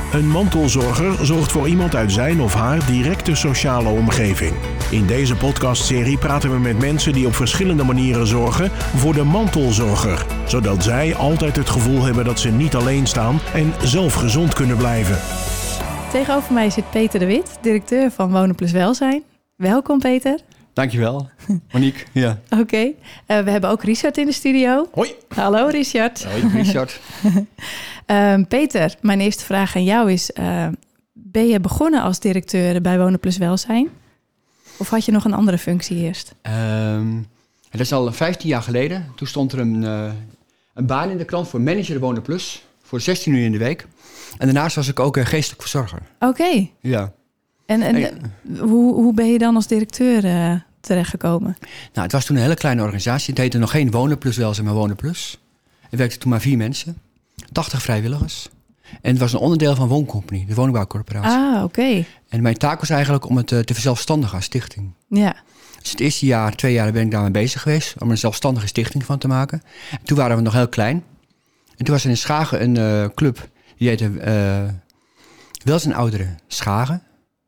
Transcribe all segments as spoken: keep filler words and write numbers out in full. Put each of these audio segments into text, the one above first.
Een mantelzorger zorgt voor iemand uit zijn of haar directe sociale omgeving. In deze podcastserie praten we met mensen die op verschillende manieren zorgen voor de mantelzorger. Zodat zij altijd het gevoel hebben dat ze niet alleen staan en zelf gezond kunnen blijven. Tegenover mij zit Peter de Wit, directeur van Wonen Plus Welzijn. Welkom Peter. Dankjewel, Monique. Ja. Oké, okay. uh, we hebben ook Richard in de studio. Hoi. Hallo Richard. Hoi Richard. uh, Peter, mijn eerste vraag aan jou is... Uh, ben je begonnen als directeur bij Wonen Plus Welzijn? Of had je nog een andere functie eerst? Um, dat is al vijftien jaar geleden. Toen stond er een, uh, een baan in de krant voor manager Wonen Plus. Voor zestien uur in de week. En daarnaast was ik ook uh, geestelijk verzorger. Oké. Okay. Ja. En, en hey. hoe, hoe ben je dan als directeur uh, terechtgekomen? Nou, het was toen een hele kleine organisatie. Het heette nog geen Wonen Plus Welzijn, maar Wonen Plus. Er werkten toen maar vier mensen. tachtig vrijwilligers. En het was een onderdeel van Wooncompany, de woningbouwcorporatie. Ah, oké. Okay. En mijn taak was eigenlijk om het uh, te verzelfstandigen als stichting. Ja. Dus het eerste jaar, twee jaar ben ik daarmee bezig geweest... om er een zelfstandige stichting van te maken. En toen waren we nog heel klein. En toen was er in Schagen een uh, club... die heette uh, Welzijn Ouderen Schagen.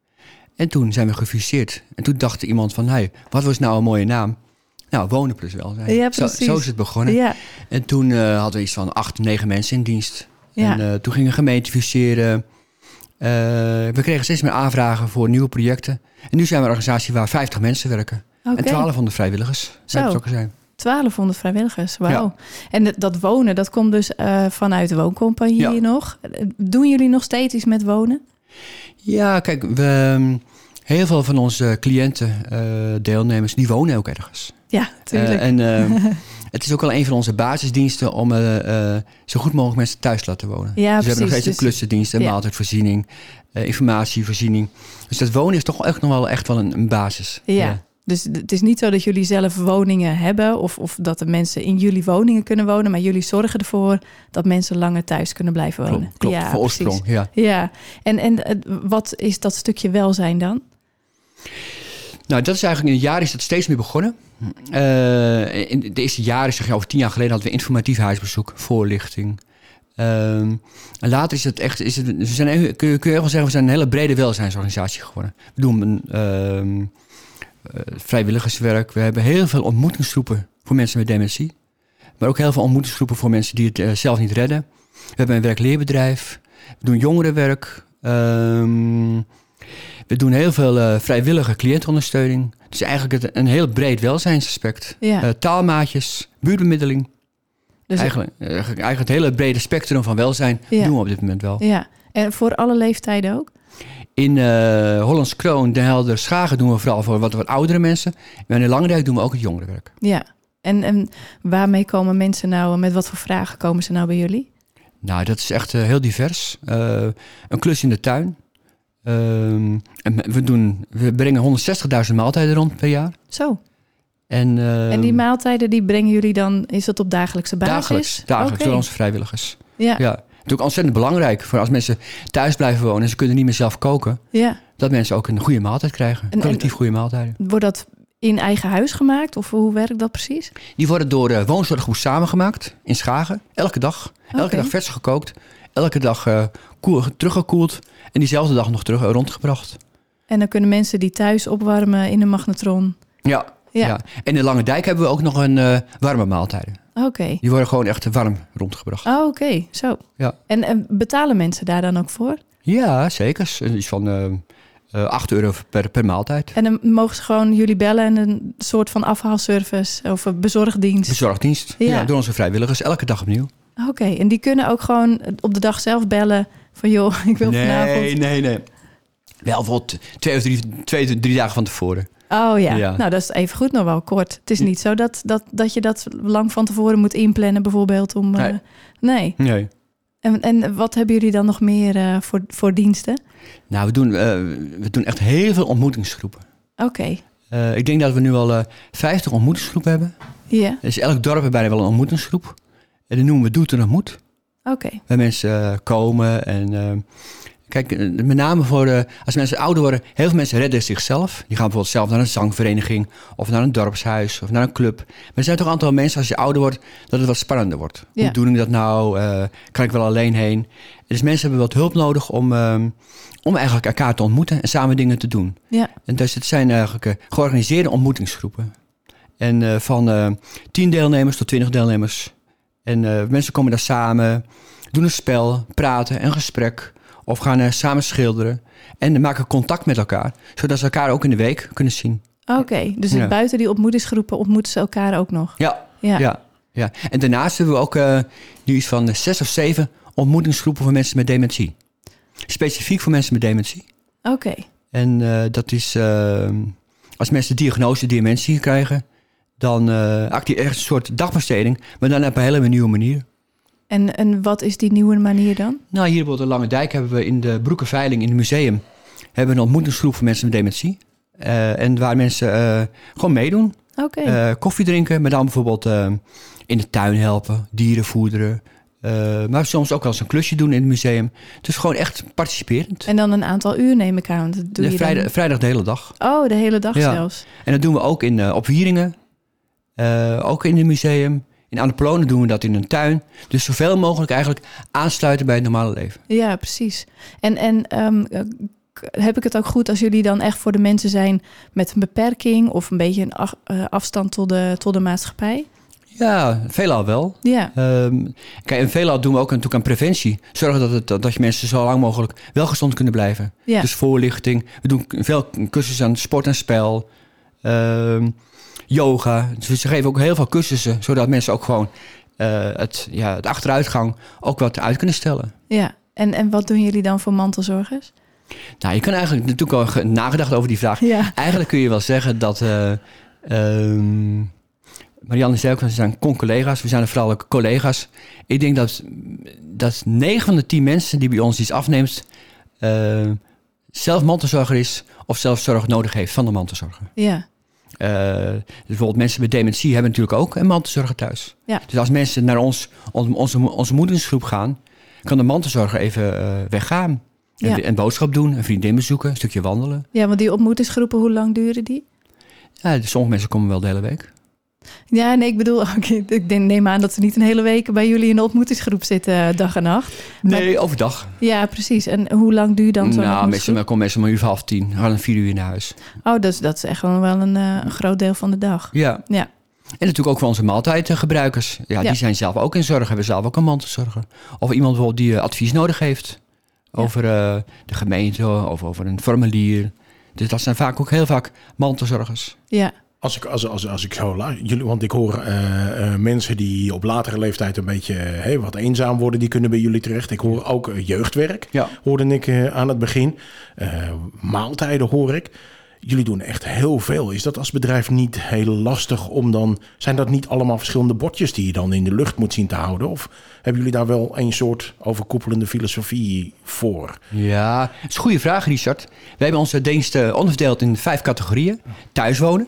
En toen zijn we gefuseerd. En toen dacht iemand van... Hey, wat was nou een mooie naam? Nou, Wonen Plus Welzijn. Ja, precies. Zo, zo is het begonnen. Ja. En toen uh, hadden we iets van acht, negen mensen in dienst. Ja. En uh, toen gingen we gemeente fuseren... Uh, we kregen steeds meer aanvragen voor nieuwe projecten. En nu zijn we een organisatie waar vijftig mensen werken. Okay. En twaalfhonderd vrijwilligers bij betrokken zijn. twaalfhonderd vrijwilligers, wauw. Ja. En dat wonen, dat komt dus uh, vanuit de Wooncompagnie ja. hier nog. Doen jullie nog steeds iets met wonen? Ja, kijk, we, heel veel van onze cliënten, uh, deelnemers, die wonen ook ergens. Ja, tuurlijk. Uh, en uh, het is ook wel een van onze basisdiensten om uh, uh, zo goed mogelijk mensen thuis te laten wonen. Ja, dus we hebben nog steeds dus, een klussendienst, een ja. maaltijdvoorziening, uh, informatievoorziening. Dus dat wonen is toch echt nog wel echt wel een, een basis. Ja. ja. Dus het is niet zo dat jullie zelf woningen hebben... Of, of dat de mensen in jullie woningen kunnen wonen... maar jullie zorgen ervoor dat mensen langer thuis kunnen blijven wonen. Klopt, klopt. Ja, voor oorsprong, ja. ja. En, en wat is dat stukje welzijn dan? Nou, dat is eigenlijk in het jaar is dat steeds meer begonnen. Uh, in de eerste jaren, zeg je, over tien jaar geleden... hadden we informatief huisbezoek, voorlichting... Um, en later is het echt, is het, we zijn, kun, je, kun je wel zeggen, we zijn een hele brede welzijnsorganisatie geworden. We doen een... Um, Uh, vrijwilligerswerk. We hebben heel veel ontmoetingsgroepen voor mensen met dementie. Maar ook heel veel ontmoetingsgroepen voor mensen die het uh, zelf niet redden. We hebben een werk-leerbedrijf. We doen jongerenwerk. Um, we doen heel veel uh, vrijwillige cliëntondersteuning. Dus eigenlijk het, een heel breed welzijnsaspect. Ja. Uh, taalmaatjes, buurtbemiddeling. Dus eigenlijk, uh, eigenlijk het hele brede spectrum van welzijn ja. doen we op dit moment wel. Ja. En voor alle leeftijden ook? In uh, Hollands Kroon, Den Helder, Schagen doen we vooral voor wat, wat oudere mensen. Maar in Langendijk doen we ook het jongerenwerk. Ja, en, en waarmee komen mensen nou, met wat voor vragen komen ze nou bij jullie? Nou, dat is echt uh, heel divers. Uh, een klus in de tuin. Uh, en we, doen, we brengen honderdzestigduizend maaltijden rond per jaar. Zo. En, uh, en die maaltijden, die brengen jullie dan, is dat op dagelijkse basis? Dagelijks, dagelijks okay. door onze vrijwilligers. Ja. ja. Het is ook ontzettend belangrijk voor als mensen thuis blijven wonen en ze kunnen niet meer zelf koken. Ja. Dat mensen ook een goede maaltijd krijgen. En, collectief goede maaltijden. Wordt dat in eigen huis gemaakt of hoe werkt dat precies? Die worden door uh, woonzorggroep samengemaakt in Schagen. Elke dag. Elke okay. dag vers gekookt. Elke dag uh, koel, teruggekoeld. En diezelfde dag nog terug uh, rondgebracht. En dan kunnen mensen die thuis opwarmen in een magnetron. Ja. ja. ja. En in Langendijk hebben we ook nog een uh, warme maaltijden. Oké. Okay. Die worden gewoon echt warm rondgebracht. Oh, oké. Okay. Zo. Ja. En, en betalen mensen daar dan ook voor? Ja, zeker. Iets van uh, uh, acht euro per, per maaltijd. En dan mogen ze gewoon jullie bellen en een soort van afhaalservice of een bezorgdienst? Bezorgdienst, ja. ja door onze vrijwilligers. Elke dag opnieuw. Oké. Okay. En die kunnen ook gewoon op de dag zelf bellen van joh, ik wil nee, vanavond... Nee, nee, nee. Wel bijvoorbeeld twee of drie, twee, drie dagen van tevoren. Oh ja. ja, nou dat is even goed nog wel kort. Het is niet zo dat, dat, dat je dat lang van tevoren moet inplannen bijvoorbeeld. Om, nee. Uh, nee. nee. En, en wat hebben jullie dan nog meer uh, voor, voor diensten? Nou, we doen, uh, we doen echt heel veel ontmoetingsgroepen. Oké. Okay. Uh, ik denk dat we nu al uh, vijftig ontmoetingsgroepen hebben. Ja. Yeah. Dus elk dorp heeft bijna wel een ontmoetingsgroep. En die noemen we Doet en Ontmoet. Oké. Okay. Waar mensen uh, komen en... Uh, Kijk, met name voor uh, als mensen ouder worden, heel veel mensen redden zichzelf. Die gaan bijvoorbeeld zelf naar een zangvereniging of naar een dorpshuis of naar een club. Maar er zijn toch een aantal mensen als je ouder wordt, dat het wat spannender wordt. Ja. Hoe doe ik dat nou? Uh, kan ik wel alleen heen? Dus mensen hebben wat hulp nodig om, uh, om eigenlijk elkaar te ontmoeten en samen dingen te doen. Ja. En dus het zijn eigenlijk uh, georganiseerde ontmoetingsgroepen. En uh, van uh, tien deelnemers tot twintig deelnemers. En uh, mensen komen daar samen, doen een spel, praten, een gesprek. Of gaan uh, samen schilderen. En maken contact met elkaar. Zodat ze elkaar ook in de week kunnen zien. Oké, okay, dus ja. buiten die ontmoetingsgroepen ontmoeten ze elkaar ook nog? Ja, ja. ja, ja. En daarnaast hebben we ook uh, nu iets van zes of zeven ontmoetingsgroepen voor mensen met dementie. Specifiek voor mensen met dementie. Oké. Okay. En uh, dat is, uh, als mensen de diagnose dementie krijgen, dan uh, actief echt een soort dagbesteding, maar dan op een hele nieuwe manier. En, en wat is die nieuwe manier dan? Nou, hier bijvoorbeeld in Lange Dijk hebben we in de Broekenveiling in het museum hebben we een ontmoetingsgroep voor mensen met dementie. Uh, en waar mensen uh, gewoon meedoen. Oké. Okay. Uh, koffie drinken, maar dan bijvoorbeeld uh, in de tuin helpen, dieren voederen. Uh, maar soms ook wel eens een klusje doen in het museum. Dus gewoon echt participerend. En dan een aantal uur neem ik aan. Dat doe de je vrijdag, dan... vrijdag de hele dag. Oh, de hele dag ja. zelfs. En dat doen we ook in, uh, op Wieringen. Uh, ook in het museum. In Annapolona doen we dat in een tuin. Dus zoveel mogelijk eigenlijk aansluiten bij het normale leven. Ja, precies. En, en um, heb ik het ook goed als jullie dan echt voor de mensen zijn met een beperking of een beetje een af, uh, afstand tot de, tot de maatschappij? Ja, veelal wel. Ja. Um, kijk, en veelal doen we ook natuurlijk aan preventie. Zorgen dat, het, dat je mensen zo lang mogelijk wel gezond kunnen blijven. Ja. Dus voorlichting. We doen veel cursussen aan sport en spel. Um, yoga. Dus we geven ook heel veel cursussen, zodat mensen ook gewoon uh, het, ja, het achteruitgang ook wat uit kunnen stellen. Ja, en, en wat doen jullie dan voor mantelzorgers? Nou, je kan eigenlijk natuurlijk al nagedacht over die vraag. Ja. Eigenlijk kun je wel zeggen dat uh, um, Marianne zei ook, we zijn con-collega's, we zijn er vooral ook collega's. Ik denk dat, dat negen van de tien mensen die bij ons iets afneemt, uh, zelf mantelzorger is of zelf zorg nodig heeft van de mantelzorger. Ja. Uh, dus bijvoorbeeld mensen met dementie hebben natuurlijk ook een mantelzorger thuis. Ja. Dus als mensen naar ons, onze, onze moedersgroep gaan, kan de mantelzorger even uh, weggaan. En Ja. een boodschap doen, een vriendin bezoeken, een stukje wandelen. Ja, want die ontmoetingsgroepen, hoe lang duren die? Ja, dus sommige mensen komen wel de hele week. Ja, nee, ik bedoel, okay, ik neem aan dat ze niet een hele week bij jullie in de ontmoetingsgroep zitten, dag en nacht. Nee, maar, overdag. Ja, precies. En hoe lang duurt dan zo'n Nou, meestal komen mensen om een uur of half tien. Gaan dan vier uur naar huis. Oh, dus dat is echt gewoon wel een, uh, een groot deel van de dag. Ja. Ja. En natuurlijk ook voor onze maaltijdgebruikers. Ja, Ja. die zijn zelf ook in zorg, hebben zelf ook een mantelzorger. Of iemand bijvoorbeeld die uh, advies nodig heeft. Over uh, de gemeente of over een formulier. Dus dat zijn vaak ook heel vaak mantelzorgers. Ja. Als ik, als, als, als ik zo la- jullie, want ik hoor uh, uh, mensen die op latere leeftijd een beetje uh, hey, wat eenzaam worden, die kunnen bij jullie terecht. Ik hoor ook uh, jeugdwerk, Ja. hoorde ik uh, aan het begin. Uh, maaltijden hoor ik. Jullie doen echt heel veel. Is dat als bedrijf niet heel lastig om dan... Zijn dat niet allemaal verschillende bordjes die je dan in de lucht moet zien te houden? Of hebben jullie daar wel een soort overkoepelende filosofie voor? Ja, dat is een goede vraag, Richard. We hebben onze diensten onderverdeeld in vijf categorieën. Thuiswonen.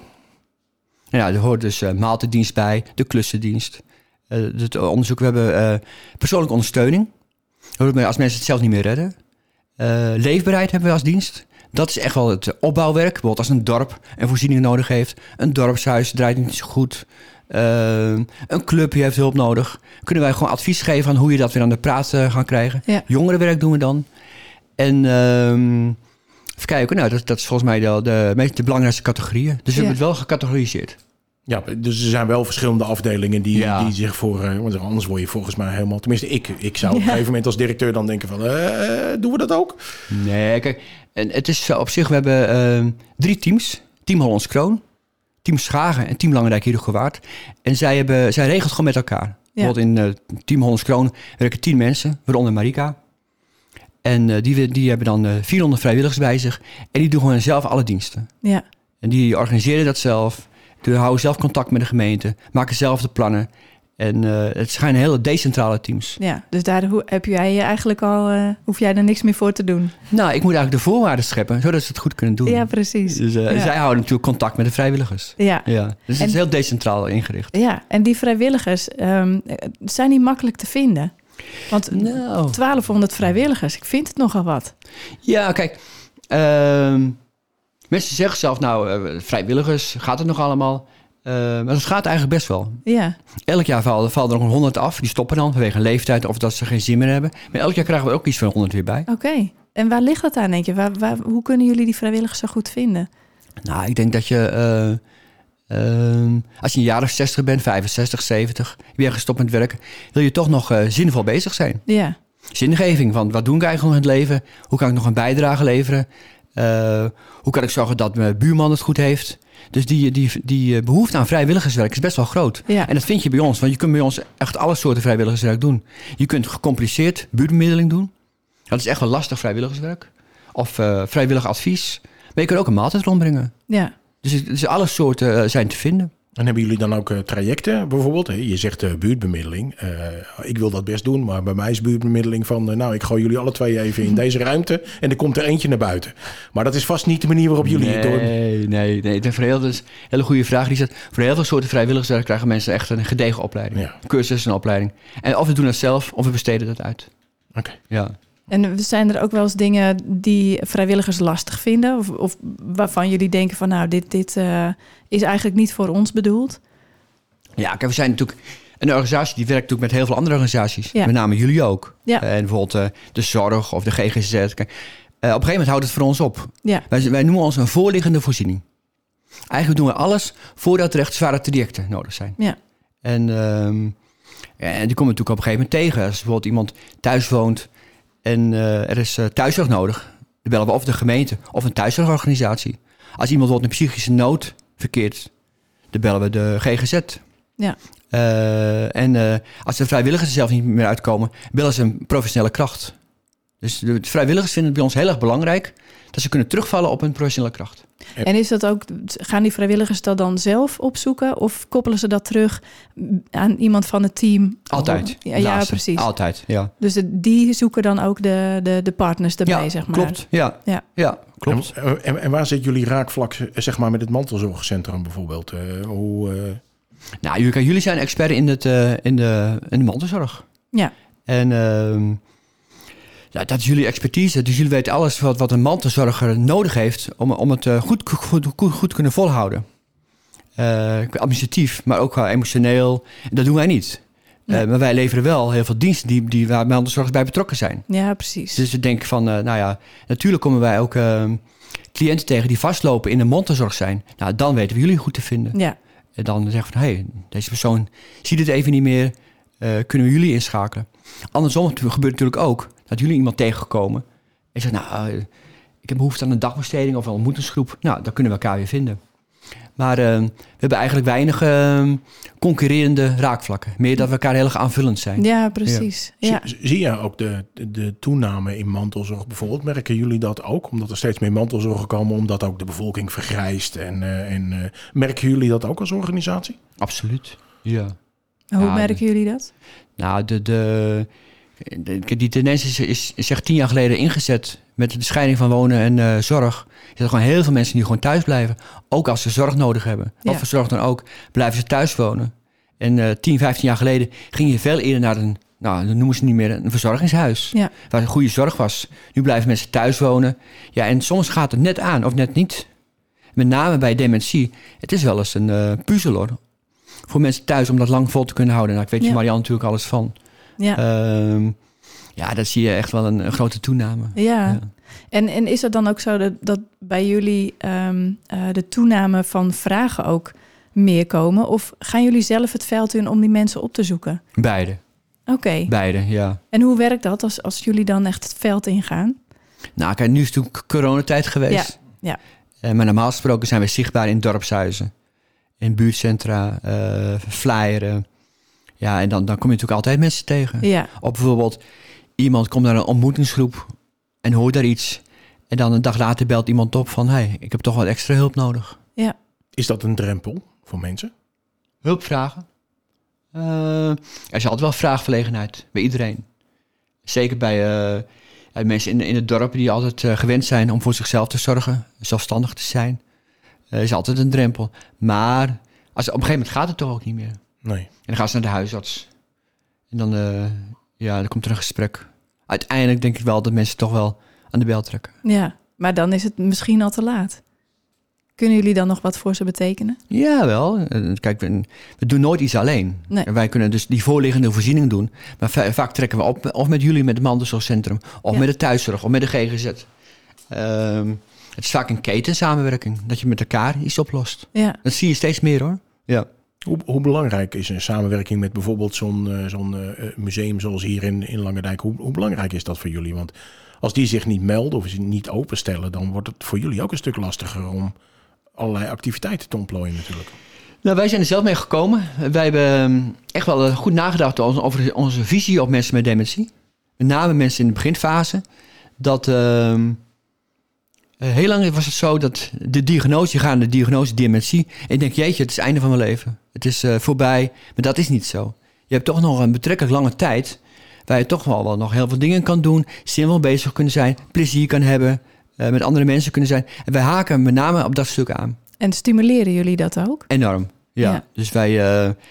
Nou, daar hoort dus uh, maaltijddienst bij, de klussendienst. Uh, het onderzoek, we hebben uh, persoonlijke ondersteuning. Als mensen het zelf niet meer redden. Uh, leefbaarheid hebben we als dienst. Dat is echt wel het opbouwwerk. Bijvoorbeeld als een dorp een voorziening nodig heeft. Een dorpshuis draait niet zo goed. Uh, een clubje heeft hulp nodig. Kunnen wij gewoon advies geven aan hoe je dat weer aan de praat uh, gaan krijgen. Ja. Jongerenwerk doen we dan. En um, even kijken, nou, dat, dat is volgens mij de, de, de, de belangrijkste categorieën. Dus we Ja. hebben het wel gecategoriseerd. Ja, dus er zijn wel verschillende afdelingen die, Ja. die zich voor... Uh, want anders word je volgens mij helemaal... Tenminste, ik, ik zou op een Ja. gegeven moment als directeur dan denken van... Uh, doen we dat ook? Nee, kijk, en het is op zich, we hebben uh, drie teams. Team Hollands Kroon, Team Schagen en Team Langendijk Heerhugowaard. En zij, hebben, zij regelt gewoon met elkaar. Ja. Bijvoorbeeld in uh, Team Hollands Kroon werken tien mensen, waaronder Marika. En uh, die, die hebben dan uh, vierhonderd vrijwilligers bij zich. En die doen gewoon zelf alle diensten. Ja. En die organiseren dat zelf. Die houden zelf contact met de gemeente. Maken zelf de plannen. En uh, het zijn hele decentrale teams. Ja, dus daar ho- heb jij eigenlijk al, uh, hoef jij er niks meer voor te doen. Nou, ik moet eigenlijk de voorwaarden scheppen, zodat ze het goed kunnen doen. Ja, precies. Dus uh, Ja. zij houden natuurlijk contact met de vrijwilligers. Ja. Ja. Dus het En- is heel decentraal ingericht. Ja, en die vrijwilligers, um, zijn die makkelijk te vinden? Want Nou. twaalfhonderd vrijwilligers, ik vind het nogal wat. Ja, kijk. Uh, mensen zeggen zelf, nou, uh, vrijwilligers, gaat het nog allemaal? Uh, maar dat gaat eigenlijk best wel. Ja, Elk jaar vallen, vallen er nog honderd af. Die stoppen dan vanwege een leeftijd of dat ze geen zin meer hebben. Maar elk jaar krijgen we ook iets van honderd weer bij. oké. Okay. En waar ligt dat aan, denk je? Waar, waar, hoe kunnen jullie die vrijwilligers zo goed vinden? Nou, ik denk dat je... Uh, uh, als je een jaar of zestig bent, vijfenzestig, zeventig... je bent gestopt met werken... wil je toch nog uh, zinvol bezig zijn. Ja, Zingeving van wat doe ik eigenlijk nog in het leven? Hoe kan ik nog een bijdrage leveren? Uh, hoe kan ik zorgen dat mijn buurman het goed heeft? Dus die, die, die behoefte aan vrijwilligerswerk is best wel groot. Ja. En dat vind je bij ons, want je kunt bij ons echt alle soorten vrijwilligerswerk doen. Je kunt gecompliceerd buurtbemiddeling doen. Dat is echt wel lastig vrijwilligerswerk. Of uh, vrijwillig advies. Maar je kunt ook een maaltijd rondbrengen. ja. Dus, dus alle soorten uh, zijn te vinden. En hebben jullie dan ook uh, trajecten bijvoorbeeld? Hè? Je zegt uh, buurtbemiddeling. Uh, ik wil dat best doen, maar bij mij is buurtbemiddeling van... Uh, nou, ik gooi jullie alle twee even in deze ruimte en er komt er eentje naar buiten. Maar dat is vast niet de manier waarop jullie nee, het doen. Nee, nee, nee. Voor heel, dat is een hele goede vraag. Die zegt, voor heel veel soorten vrijwilligerswerk krijgen mensen echt een gedegen opleiding. Ja. Een cursus en een opleiding. En of we doen dat zelf, of we besteden dat uit. Oké. Okay. Ja. En zijn er ook wel eens dingen die vrijwilligers lastig vinden? Of, of waarvan jullie denken van nou, dit, dit uh, is eigenlijk niet voor ons bedoeld? Ja, kijk, we zijn natuurlijk een organisatie die werkt natuurlijk met heel veel andere organisaties. Ja. Met name jullie ook. Ja. Uh, en bijvoorbeeld uh, de zorg of de G G Z. Kijk, uh, op een gegeven moment houdt het voor ons op. Ja. Wij, wij noemen ons een voorliggende voorziening. Eigenlijk doen we alles voordat er echt zware trajecten nodig zijn. Ja. En, um, ja, en die komen natuurlijk op een gegeven moment tegen. Als bijvoorbeeld iemand thuis woont en uh, er is uh, thuiszorg nodig. Dan bellen we of de gemeente of een thuiszorgorganisatie. Als iemand wordt in psychische nood verkeert, dan bellen we de G G Z. Ja. Uh, en uh, als de vrijwilligers er zelf niet meer uitkomen, bellen ze een professionele kracht. Dus de vrijwilligers vinden het bij ons heel erg belangrijk dat ze kunnen terugvallen op hun professionele kracht. En is dat ook, gaan die vrijwilligers dat dan zelf opzoeken of koppelen ze dat terug aan iemand van het team? Altijd. Ja, ja precies. Altijd, ja. Dus de, die zoeken dan ook de, de, de partners erbij, ja, zeg maar. Klopt, ja. Ja, ja klopt. En, en, en waar zit jullie raakvlak, zeg maar, met het mantelzorgcentrum bijvoorbeeld? Uh, hoe... Uh... Nou, jullie, jullie zijn expert in, het, uh, in, de, in de mantelzorg. Ja. En uh, ja, dat is jullie expertise. Dus jullie weten alles wat, wat een mantelzorger nodig heeft om, om het uh, goed, goed, goed, goed te kunnen volhouden. Uh, administratief, maar ook emotioneel. Dat doen wij niet. Ja. Uh, maar wij leveren wel heel veel diensten die, die waar mantelzorgers bij betrokken zijn. Ja, precies. Dus ik denk van, uh, nou ja, natuurlijk komen wij ook uh, cliënten tegen die vastlopen in de mantelzorg zijn. Nou, dan weten we jullie goed te vinden. Ja. En dan zeggen we van, hé, hey, deze persoon ziet het even niet meer. Uh, kunnen we jullie inschakelen? Andersom gebeurt natuurlijk ook dat jullie iemand tegenkomen en zegt, nou, uh, ik heb behoefte aan een dagbesteding of een ontmoetingsgroep. Nou, dan kunnen we elkaar weer vinden. Maar uh, we hebben eigenlijk weinig uh, concurrerende raakvlakken. Meer dat we elkaar heel erg aanvullend zijn. Ja, precies. Ja. Ja. Zie, zie je ook de, de, de toename in mantelzorg bijvoorbeeld? Merken jullie dat ook? Omdat er steeds meer mantelzorgen komen, omdat ook de bevolking vergrijst. En, uh, en uh, merken jullie dat ook als organisatie? Absoluut, ja. Hoe ja, merken de, jullie dat? Nou, de, de, de, die tendens is, is, is echt tien jaar geleden ingezet met de scheiding van wonen en uh, zorg. Er zijn gewoon heel veel mensen die gewoon thuis blijven. Ook als ze zorg nodig hebben. Ja. Wat voor zorg dan ook, blijven ze thuis wonen. En uh, tien, vijftien jaar geleden ging je veel eerder naar een, nou, dat noemen ze niet meer, een verzorgingshuis. Ja. Waar een goede zorg was. Nu blijven mensen thuis wonen. Ja, en soms gaat het net aan of net niet. Met name bij dementie. Het is wel eens een uh, puzzel hoor. Voor mensen thuis om dat lang vol te kunnen houden. Nou, ik weet je ja. Marianne natuurlijk alles van. Ja, um, ja dat zie je echt wel een, een grote toename. ja. ja. En, en is het dan ook zo dat, dat bij jullie um, uh, de toename van vragen ook meer komen? Of gaan jullie zelf het veld in om die mensen op te zoeken? Beide. Oké. Okay. Beide, ja. En hoe werkt dat als, als jullie dan echt het veld ingaan? Nou, kijk, nu is het natuurlijk coronatijd geweest. Ja. ja. Uh, maar normaal gesproken zijn we zichtbaar in dorpshuizen. In buurtcentra, uh, flyeren. Ja, en dan, dan kom je natuurlijk altijd mensen tegen. Ja. Of bijvoorbeeld, iemand komt naar een ontmoetingsgroep en hoort daar iets. En dan een dag later belt iemand op van, hey, ik heb toch wat extra hulp nodig. Ja. Is dat een drempel voor mensen? Hulpvragen? Uh, er is altijd wel vraagverlegenheid bij iedereen. Zeker bij uh, mensen in, in het dorp die altijd uh, gewend zijn om voor zichzelf te zorgen, zelfstandig te zijn. Uh, is altijd een drempel. Maar als, op een gegeven moment gaat het toch ook niet meer. Nee. En dan gaan ze naar de huisarts. En dan, uh, Ja, dan komt er een gesprek. Uiteindelijk denk ik wel dat mensen toch wel aan de bel trekken. Ja, maar dan is het misschien al te laat. Kunnen jullie dan nog wat voor ze betekenen? Ja, wel. Kijk, we, we doen nooit iets alleen. Nee. En wij kunnen dus die voorliggende voorziening doen. Maar va- vaak trekken we op, of met jullie met het mantelzorgcentrum, of Ja. met de thuiszorg, of met de G G Z. Um, het is vaak een ketensamenwerking, dat je met elkaar iets oplost. Ja, Dat zie je steeds meer, hoor. Ja. Hoe, hoe belangrijk is een samenwerking met bijvoorbeeld zo'n, uh, zo'n uh, museum zoals hier in, in Langendijk? Hoe, hoe belangrijk is dat voor jullie? Want als die zich niet melden of ze niet openstellen, dan wordt het voor jullie ook een stuk lastiger om allerlei activiteiten te ontplooien natuurlijk. Nou, wij zijn er zelf mee gekomen. Wij hebben echt wel goed nagedacht over onze visie op mensen met dementie. Met name mensen in de beginfase. Dat uh, heel lang was het zo dat de diagnose, je gaat naar de diagnose dementie. En je denkt, jeetje, het is het einde van mijn leven. Het is uh, voorbij. Maar dat is niet zo. Je hebt toch nog een betrekkelijk lange tijd waar je toch wel, wel nog heel veel dingen kan doen. Zinvol bezig kunnen zijn. Plezier kan hebben. Uh, met andere mensen kunnen zijn. En wij haken met name op dat stuk aan. en stimuleren jullie dat ook? Enorm, ja. Ja. Dus wij, uh, uh,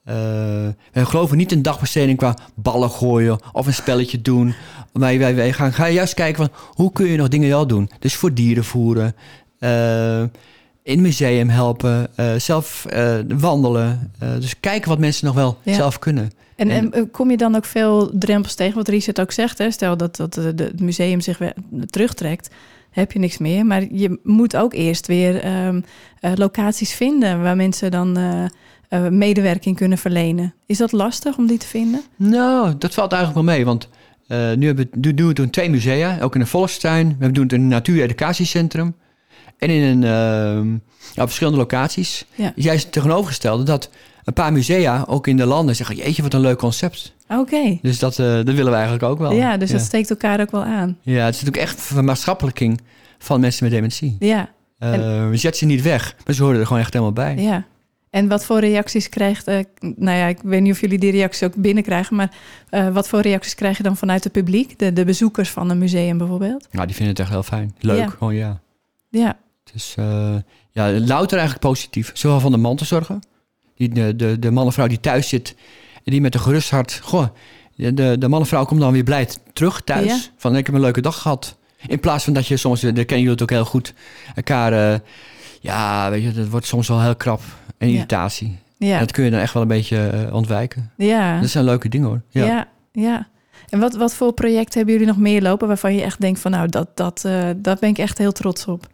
wij geloven niet in dagbesteding qua ballen gooien of een spelletje doen. Wij, wij, wij gaan, gaan juist kijken van hoe kun je nog dingen wel doen. Dus voor dieren voeren, uh, in het museum helpen, uh, zelf uh, wandelen. Uh, dus kijken wat mensen nog wel Ja. zelf kunnen. En, En- en kom je dan ook veel drempels tegen? Wat Richard ook zegt, hè? Stel dat, dat de, de- het museum zich weer terugtrekt, heb je niks meer. Maar je moet ook eerst weer um, uh, locaties vinden waar mensen dan uh, uh, medewerking kunnen verlenen. Is dat lastig om die te vinden? Nou, dat valt eigenlijk wel mee, want uh, nu hebben we, nu doen we toen twee musea, ook in de Volkstuin. We doen het in een natuur-educatiecentrum en in een, uh, ja, op verschillende locaties. Ja. Juist het tegenovergestelde dat een paar musea, ook in de landen, zeggen, jeetje, wat een leuk concept. Oké. Dus dat, uh, dat willen we eigenlijk ook wel. Ja, dus ja. dat steekt elkaar ook wel aan. Ja, het is natuurlijk echt een maatschappelijking van mensen met dementie. Ja, Uh, En- we zetten ze niet weg, maar ze horen er gewoon echt helemaal bij. ja. En wat voor reacties krijgt... Uh, nou ja, ik weet niet of jullie die reacties ook binnenkrijgen... maar uh, wat voor reacties krijg je dan vanuit het publiek? De, de bezoekers van een museum bijvoorbeeld? Nou, die vinden het echt heel fijn. Leuk, Ja. gewoon ja. Ja, Dus uh, ja, louter eigenlijk positief. Zowel van de mantelzorger, die, de, de, de man of vrouw die thuis zit... en die met een gerust hart... Goh, de, de man of vrouw komt dan weer blij terug thuis. Ja. Van, ik heb een leuke dag gehad. In plaats van dat je soms, daar kennen jullie het ook heel goed... elkaar, uh, ja, weet je, dat wordt soms wel heel krap. En Ja. irritatie. ja, Dat kun je dan echt wel een beetje uh, ontwijken. ja. Dat zijn leuke dingen, hoor. Ja, Ja. ja. En wat, wat voor projecten hebben jullie nog meer lopen... waarvan je echt denkt van nou, dat, dat, uh, dat ben ik echt heel trots op?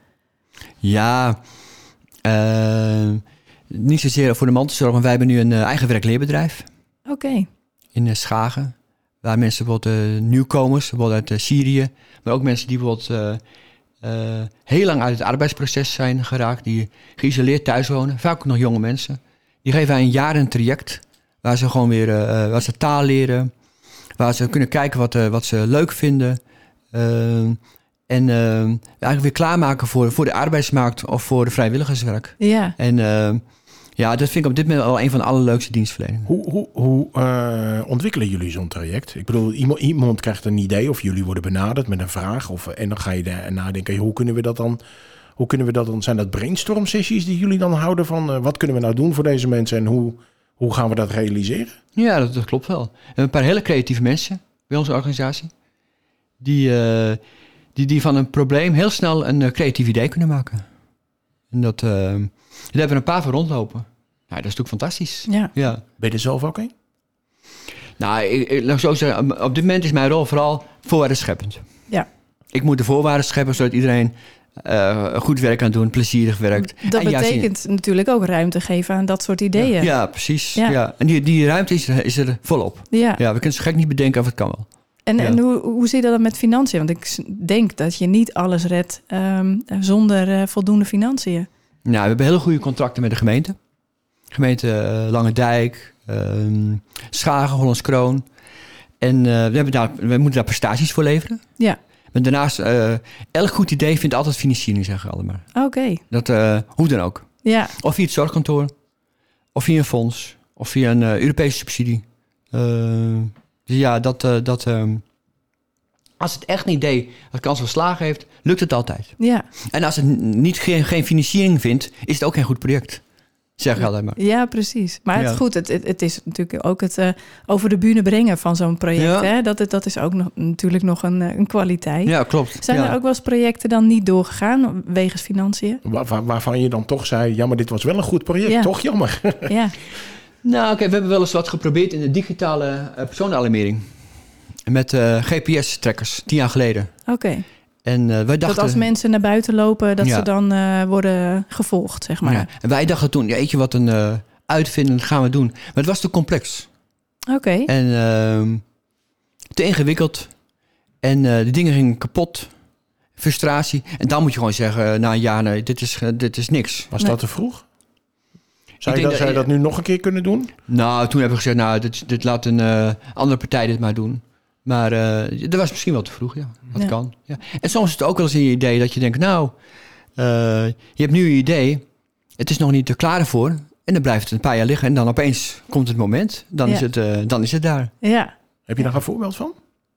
Ja, uh, niet zozeer voor de mantelzorg... maar wij hebben nu een uh, eigen werkleerbedrijf... Oké, in uh, Schagen. Waar mensen bijvoorbeeld uh, nieuwkomers, bijvoorbeeld uit uh, Syrië... maar ook mensen die bijvoorbeeld uh, uh, heel lang uit het arbeidsproces zijn geraakt... die geïsoleerd thuis wonen, vaak ook nog jonge mensen. Die geven wij een jaar een traject... waar ze gewoon weer uh, waar ze taal leren... waar ze kunnen kijken wat, uh, wat ze leuk vinden... Uh, en uh, eigenlijk weer klaarmaken voor, voor de arbeidsmarkt... of voor de vrijwilligerswerk. ja. En uh, ja, dat vind ik op dit moment wel een van de allerleukste dienstverleningen. Hoe, hoe, hoe uh, ontwikkelen jullie zo'n traject? Ik bedoel, iemand, iemand krijgt een idee of jullie worden benaderd met een vraag. Of, en dan ga je daar nadenken, hoe kunnen we dat dan... Hoe kunnen we dat dan? Zijn dat brainstorm sessies die jullie dan houden van... Uh, wat kunnen we nou doen voor deze mensen en hoe, hoe gaan we dat realiseren? Ja, dat, dat klopt wel. We hebben een paar hele creatieve mensen bij onze organisatie. Die, uh, die, die van een probleem heel snel een uh, creatief idee kunnen maken. En dat, uh, daar hebben we een paar van rondlopen. Nou, dat is natuurlijk fantastisch. Ja. Ja. Ben je er zelf ook een? Nou, ik, ik, laat ik zo zeggen, op dit moment is mijn rol vooral voorwaarden scheppend. Ja. Ik moet de voorwaarden scheppen zodat iedereen uh, goed werk kan doen, plezierig werkt. Dat En juist betekent natuurlijk ook ruimte geven aan dat soort ideeën. Ja, ja precies. Ja. Ja. En die, die ruimte is er, is er volop. Ja. Ja, we kunnen zo gek niet bedenken of het kan wel. En, Ja. en hoe, hoe zit dat dan met financiën? Want ik s- denk dat je niet alles redt um, zonder uh, voldoende financiën. Nou, we hebben hele goede contracten met de gemeente. Gemeente uh, Langendijk, um, Schagen, Hollands Kroon. En uh, we, hebben daar, we moeten daar prestaties voor leveren. Ja, Maar daarnaast, uh, elk goed idee vindt altijd financiering, zeggen we allemaal. oké. Dat, uh, hoe dan ook. Ja, Of via het zorgkantoor, of via een fonds, of via een uh, Europese subsidie. Uh, dus ja, dat... Uh, dat um, als het echt een idee dat kans van slagen heeft, lukt het altijd. ja, En als het niet, geen, geen financiering vindt, is het ook geen goed project. Zeg ik altijd maar. Ja, precies. Maar het Ja. is goed, het, het, het is natuurlijk ook het uh, over de bühne brengen van zo'n project. Ja. Hè? Dat, dat is ook nog, natuurlijk nog een, een kwaliteit. Ja, klopt. Zijn ja. er ook wel eens projecten dan niet doorgegaan wegens financiën? Waar, waar, waarvan je dan toch zei, ja, maar dit was wel een goed project, Ja. toch? Jammer. Ja, Nou, oké, we hebben wel eens wat geprobeerd in de digitale uh, persoonanalarmering. Met uh, G P S-trackers, tien jaar geleden. oké. Okay. En uh, wij dachten... Dat als mensen naar buiten lopen, dat Ja. ze dan uh, worden gevolgd, zeg maar. Ja. En wij dachten toen, ja, weet je wat, een uh, uitvinden, dat gaan we doen. Maar het was te complex. Oké. Okay. En uh, te ingewikkeld. En uh, de dingen gingen kapot. Frustratie. En dan moet je gewoon zeggen, uh, nou ja, nee, dit is, uh, dit is niks. Was Nee. dat te vroeg? Zou je denk dat, zou je dat nu nog een keer kunnen doen? Nou, toen hebben we gezegd, nou, dit, dit laat een uh, andere partij dit maar doen. Maar uh, dat was misschien wel te vroeg, ja. Dat Ja. kan. Ja. En soms is het ook wel eens in je idee dat je denkt, nou, uh, je hebt nu een idee. Het is nog niet er klaar voor. En dan blijft het een paar jaar liggen. En dan opeens komt het moment. Dan, Ja. is, het, uh, dan is het daar. Ja. Heb je daar een voorbeeld van?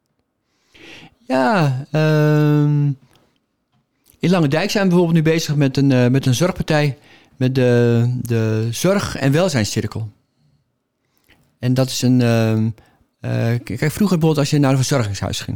Ja, um, in Langendijk zijn we bijvoorbeeld nu bezig met een, uh, met een zorgpartij. Met de, de zorg- en welzijnscirkel. En dat is een... Um, uh, kijk, vroeger bijvoorbeeld als je naar een verzorgingshuis ging.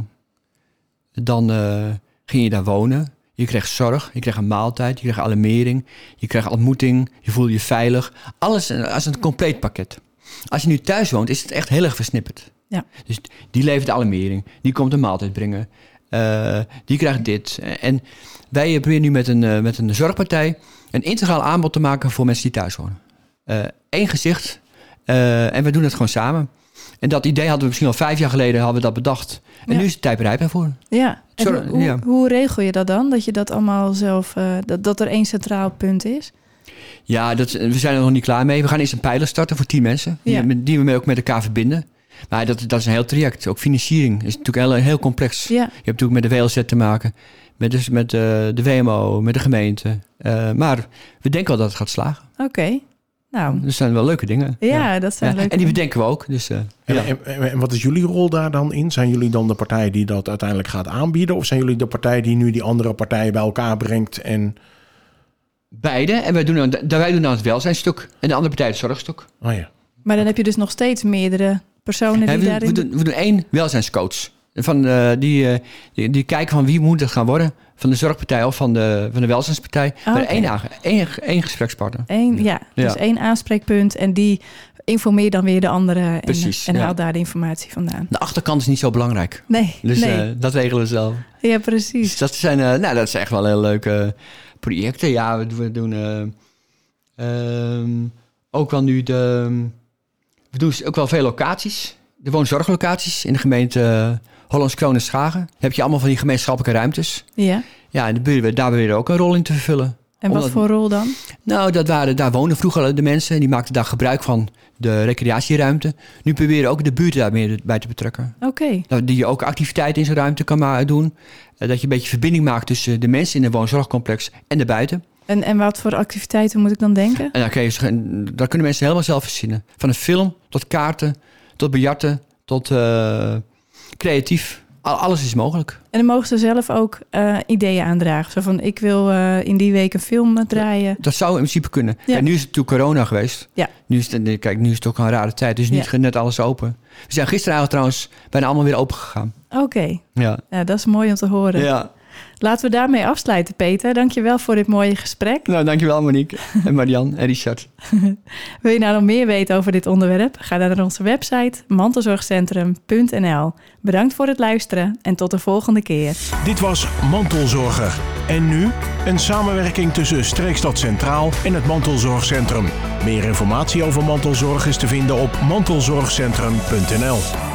Dan uh, ging je daar wonen. Je kreeg zorg, je kreeg een maaltijd, je kreeg alarmering. Je kreeg ontmoeting, je voelde je veilig. Alles als een compleet pakket. Als je nu thuis woont, is het echt heel erg versnipperd. Ja. Dus die levert de alarmering, die komt een maaltijd brengen. Uh, die krijgt dit. En wij proberen nu met een, uh, met een zorgpartij een integraal aanbod te maken voor mensen die thuis wonen. Eén uh, gezicht uh, en we doen het gewoon samen. En dat idee hadden we misschien al vijf jaar geleden hadden we dat bedacht. En Ja. nu is de tijd bereid daarvoor. Ja. En Sorry, hoe, ja. hoe regel je dat dan? Dat je dat allemaal zelf, uh, dat, dat er één centraal punt is? Ja, dat, we zijn er nog niet klaar mee. We gaan eerst een pijler starten voor tien mensen. Ja. Die, die we ook met elkaar verbinden. Maar dat, dat is een heel traject. Ook financiering is natuurlijk heel, heel complex. Ja. Je hebt natuurlijk met de W L Z te maken. Met, dus met uh, de W M O, met de gemeente. Uh, maar we denken wel dat het gaat slagen. Oké. Okay. Nou. Dat zijn wel leuke dingen. Ja, ja. dat zijn ja. leuke En die dingen. bedenken we ook. Dus, uh, En, ja. en, en, en wat is jullie rol daar dan in? Zijn jullie dan de partij die dat uiteindelijk gaat aanbieden? Of zijn jullie de partij die nu die andere partijen bij elkaar brengt? En... Beide. En wij doen, dan, wij doen dan het welzijnstuk. En de andere partij het zorgstuk. Oh ja. Maar dan heb je dus nog steeds meerdere personen die Ja, we, daarin... we, doen, we doen één welzijnscoach. Van, uh, die, uh, die, die kijken van wie moet het gaan worden. Van de zorgpartij of van de, van de welzijnspartij. Oh, maar okay. één, één, één gesprekspartner. Eén, ja, dus Ja. één aanspreekpunt. En die informeert dan weer de andere. Precies, En, en ja. haalt daar de informatie vandaan. De achterkant is niet zo belangrijk. Nee, Dus nee. uh, dat regelen we zelf. Ja, precies. Dus dat zijn, uh, nou, dat is echt wel heel leuke projecten. Ja, we, we doen uh, um, ook wel nu de... We doen ook wel veel locaties. De woonzorglocaties in de gemeente uh, Hollands Kroon en Schagen. Dan heb je allemaal van die gemeenschappelijke ruimtes. Ja. Ja, en daar proberen we, daar proberen we ook een rol in te vervullen. En wat Omdat, voor rol dan? Nou, dat waren, daar woonden vroeger de mensen. En die maakten daar gebruik van de recreatieruimte. Nu proberen we ook de buurt daar meer bij te betrekken. Oké. Okay. Nou, die je ook activiteiten in zo'n ruimte kan doen. Uh, dat je een beetje verbinding maakt tussen de mensen in een woonzorgcomplex en de buiten. En, en wat voor activiteiten moet ik dan denken? En daar, kun je, daar kunnen mensen helemaal zelf verzinnen. Van een film tot kaarten, tot biljarten, tot uh, creatief. Alles is mogelijk. En dan mogen ze zelf ook uh, ideeën aandragen. Zo van, ik wil uh, in die week een film draaien. Dat, dat zou in principe kunnen. Ja. Kijk, nu is het natuurlijk corona geweest. Ja. Nu is het, kijk, nu is het ook een rare tijd. Dus nu ja. is net alles open. We zijn gisteren eigenlijk trouwens bijna allemaal weer open gegaan. Oké. Okay. Ja. Ja, dat is mooi om te horen. Ja. Laten we daarmee afsluiten, Peter. Dankjewel voor dit mooie gesprek. Nou, dankjewel Monique en Marianne en Richard. Wil je nou nog meer weten over dit onderwerp? Ga dan naar onze website mantelzorgcentrum punt n l. Bedankt voor het luisteren en tot de volgende keer. Dit was Mantelzorger. En nu een samenwerking tussen Streekstad Centraal en het Mantelzorgcentrum. Meer informatie over mantelzorg is te vinden op mantelzorgcentrum punt n l.